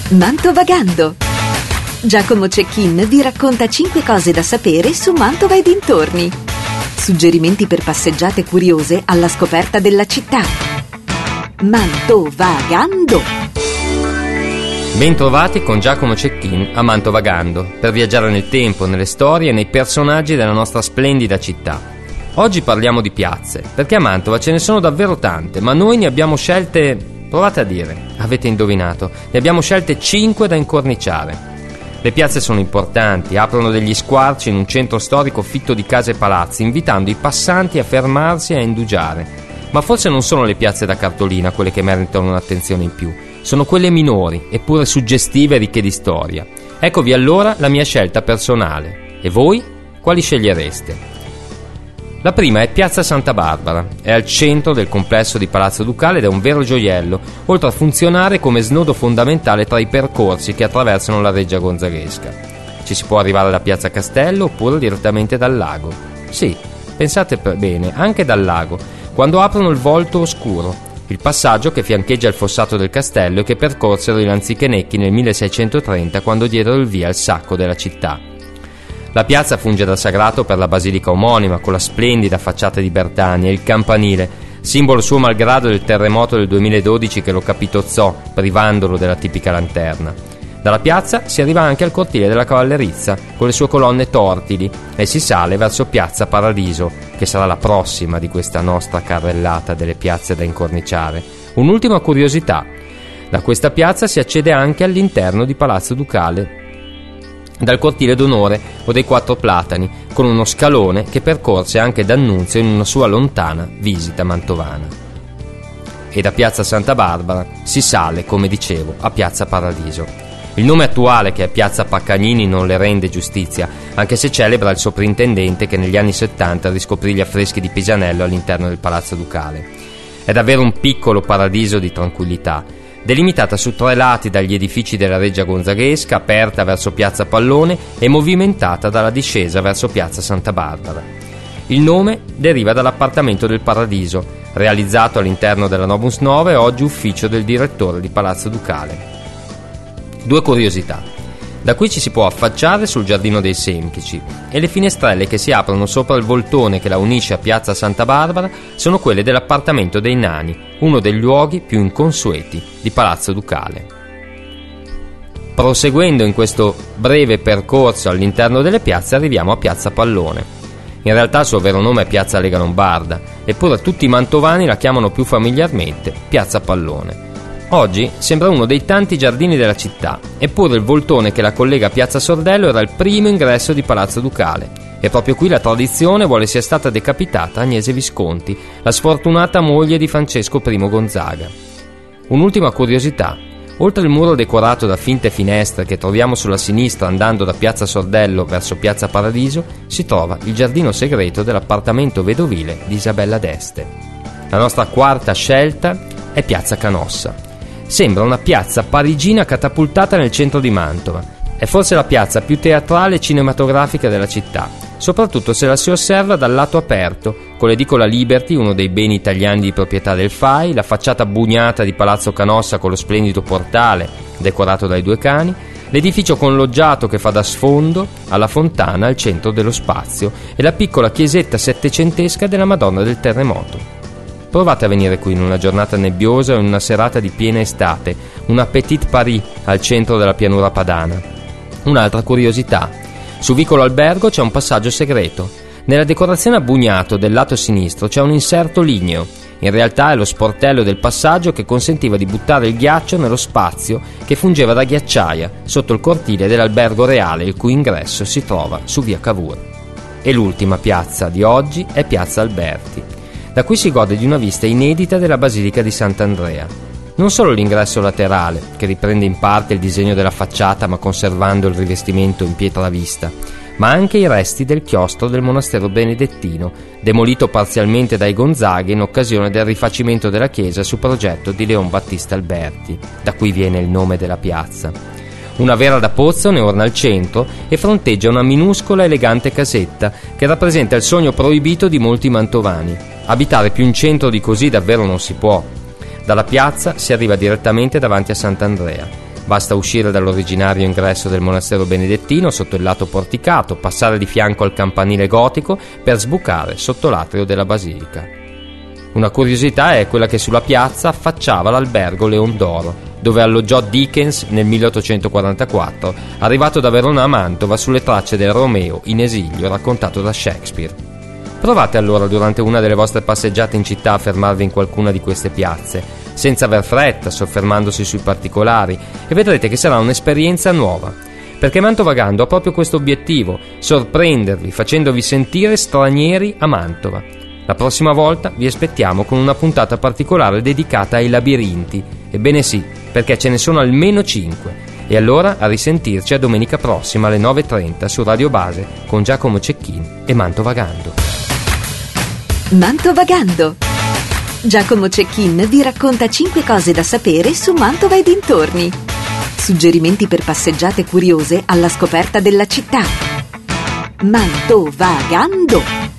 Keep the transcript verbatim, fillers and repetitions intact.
Mantovagando. Giacomo Cecchin vi racconta cinque cose da sapere su Mantova e dintorni. Suggerimenti per passeggiate curiose alla scoperta della città. Mantovagando. Bentrovati con Giacomo Cecchin a Mantovagando, per viaggiare nel tempo, nelle storie e nei personaggi della nostra splendida città. Oggi parliamo di piazze, perché a Mantova ce ne sono davvero tante, ma noi ne abbiamo scelte, provate a dire, avete indovinato, ne abbiamo scelte cinque da incorniciare. Le piazze sono importanti, aprono degli squarci in un centro storico fitto di case e palazzi, invitando i passanti a fermarsi e a indugiare. Ma forse non sono le piazze da cartolina quelle che meritano un'attenzione in più, sono quelle minori, eppure suggestive e ricche di storia. Eccovi allora la mia scelta personale. E voi? Quali scegliereste? La prima è Piazza Santa Barbara, è al centro del complesso di Palazzo Ducale ed è un vero gioiello, oltre a funzionare come snodo fondamentale tra i percorsi che attraversano la Reggia Gonzaghesca. Ci si può arrivare da Piazza Castello oppure direttamente dal lago. Sì, pensate bene, anche dal lago, quando aprono il volto oscuro, il passaggio che fiancheggia il fossato del castello e che percorsero i lanzichenecchi nel milleseicentotrenta quando diedero il via al sacco della città. La piazza funge da sagrato per la basilica omonima, con la splendida facciata di Bertani e il campanile, simbolo suo malgrado del terremoto del duemiladodici che lo capitozzò, privandolo della tipica lanterna. Dalla piazza si arriva anche al cortile della Cavallerizza, con le sue colonne tortili, e si sale verso Piazza Paradiso, che sarà la prossima di questa nostra carrellata delle piazze da incorniciare. Un'ultima curiosità: da questa piazza si accede anche all'interno di Palazzo Ducale, dal cortile d'onore o dei Quattro Platani, con uno scalone che percorse anche D'Annunzio in una sua lontana visita mantovana. E da Piazza Santa Barbara si sale, come dicevo, a Piazza Paradiso. Il nome attuale, che è Piazza Paccagnini, non le rende giustizia, anche se celebra il soprintendente che negli anni settanta riscoprì gli affreschi di Pisanello all'interno del Palazzo Ducale. È davvero un piccolo paradiso di tranquillità, delimitata su tre lati dagli edifici della Reggia Gonzaghesca, aperta verso Piazza Pallone e movimentata dalla discesa verso Piazza Santa Barbara. Il nome deriva dall'appartamento del Paradiso, realizzato all'interno della Novus Nova e oggi ufficio del direttore di Palazzo Ducale. Due curiosità: da qui ci si può affacciare sul Giardino dei Semplici e le finestrelle che si aprono sopra il voltone che la unisce a Piazza Santa Barbara sono quelle dell'appartamento dei Nani, uno dei luoghi più inconsueti di Palazzo Ducale. Proseguendo in questo breve percorso all'interno delle piazze arriviamo a Piazza Pallone. In realtà il suo vero nome è Piazza Lega Lombarda, eppure tutti i mantovani la chiamano più familiarmente Piazza Pallone. Oggi sembra uno dei tanti giardini della città, eppure il voltone che la collega a Piazza Sordello era il primo ingresso di Palazzo Ducale, e proprio qui la tradizione vuole sia stata decapitata Agnese Visconti, la sfortunata moglie di Francesco I Gonzaga. Un'ultima curiosità: oltre il muro decorato da finte finestre che troviamo sulla sinistra andando da Piazza Sordello verso Piazza Paradiso, si trova il giardino segreto dell'appartamento vedovile di Isabella d'Este. La nostra quarta scelta è Piazza Canossa. Sembra una piazza parigina catapultata nel centro di Mantova. È forse la piazza più teatrale e cinematografica della città, soprattutto se la si osserva dal lato aperto, con l'edicola Liberty, uno dei beni italiani di proprietà del F A I, la facciata bugnata di Palazzo Canossa con lo splendido portale, decorato dai due cani, l'edificio con loggiato che fa da sfondo alla fontana al centro dello spazio e la piccola chiesetta settecentesca della Madonna del Terremoto. Provate a venire qui in una giornata nebbiosa o in una serata di piena estate, una Petite Paris al centro della pianura padana. Un'altra curiosità: su Vicolo Albergo c'è un passaggio segreto. Nella decorazione a bugnato del lato sinistro c'è un inserto ligneo. In realtà è lo sportello del passaggio che consentiva di buttare il ghiaccio nello spazio che fungeva da ghiacciaia sotto il cortile dell'Albergo Reale, il cui ingresso si trova su via Cavour. E l'ultima piazza di oggi è Piazza Alberti. Da qui si gode di una vista inedita della Basilica di Sant'Andrea. Non solo l'ingresso laterale, che riprende in parte il disegno della facciata ma conservando il rivestimento in pietra vista, ma anche i resti del chiostro del monastero benedettino, demolito parzialmente dai Gonzaga in occasione del rifacimento della chiesa su progetto di Leon Battista Alberti. Da qui viene il nome della piazza. Una vera da pozzo ne orna il centro e fronteggia una minuscola elegante casetta che rappresenta il sogno proibito di molti mantovani. Abitare più in centro di così davvero non si può. Dalla piazza si arriva direttamente davanti a Sant'Andrea. Basta uscire dall'originario ingresso del monastero benedettino sotto il lato porticato, passare di fianco al campanile gotico per sbucare sotto l'atrio della basilica. Una curiosità è quella che sulla piazza affacciava l'albergo Leon d'Oro, dove alloggiò Dickens nel milleottocentoquarantaquattro, arrivato da Verona a Mantova sulle tracce del Romeo in esilio raccontato da Shakespeare. Provate allora durante una delle vostre passeggiate in città a fermarvi in qualcuna di queste piazze, senza aver fretta, soffermandosi sui particolari, e vedrete che sarà un'esperienza nuova, perché Mantovagando ha proprio questo obiettivo: sorprendervi facendovi sentire stranieri a Mantova. La prossima volta vi aspettiamo con una puntata particolare dedicata ai labirinti, ebbene sì, perché ce ne sono almeno cinque. E allora a risentirci a domenica prossima alle nove e trenta su Radio Base con Giacomo Cecchin e Mantovagando. Mantovagando. Giacomo Cecchin vi racconta cinque cose da sapere su Mantova e dintorni. Suggerimenti per passeggiate curiose alla scoperta della città. Mantovagando.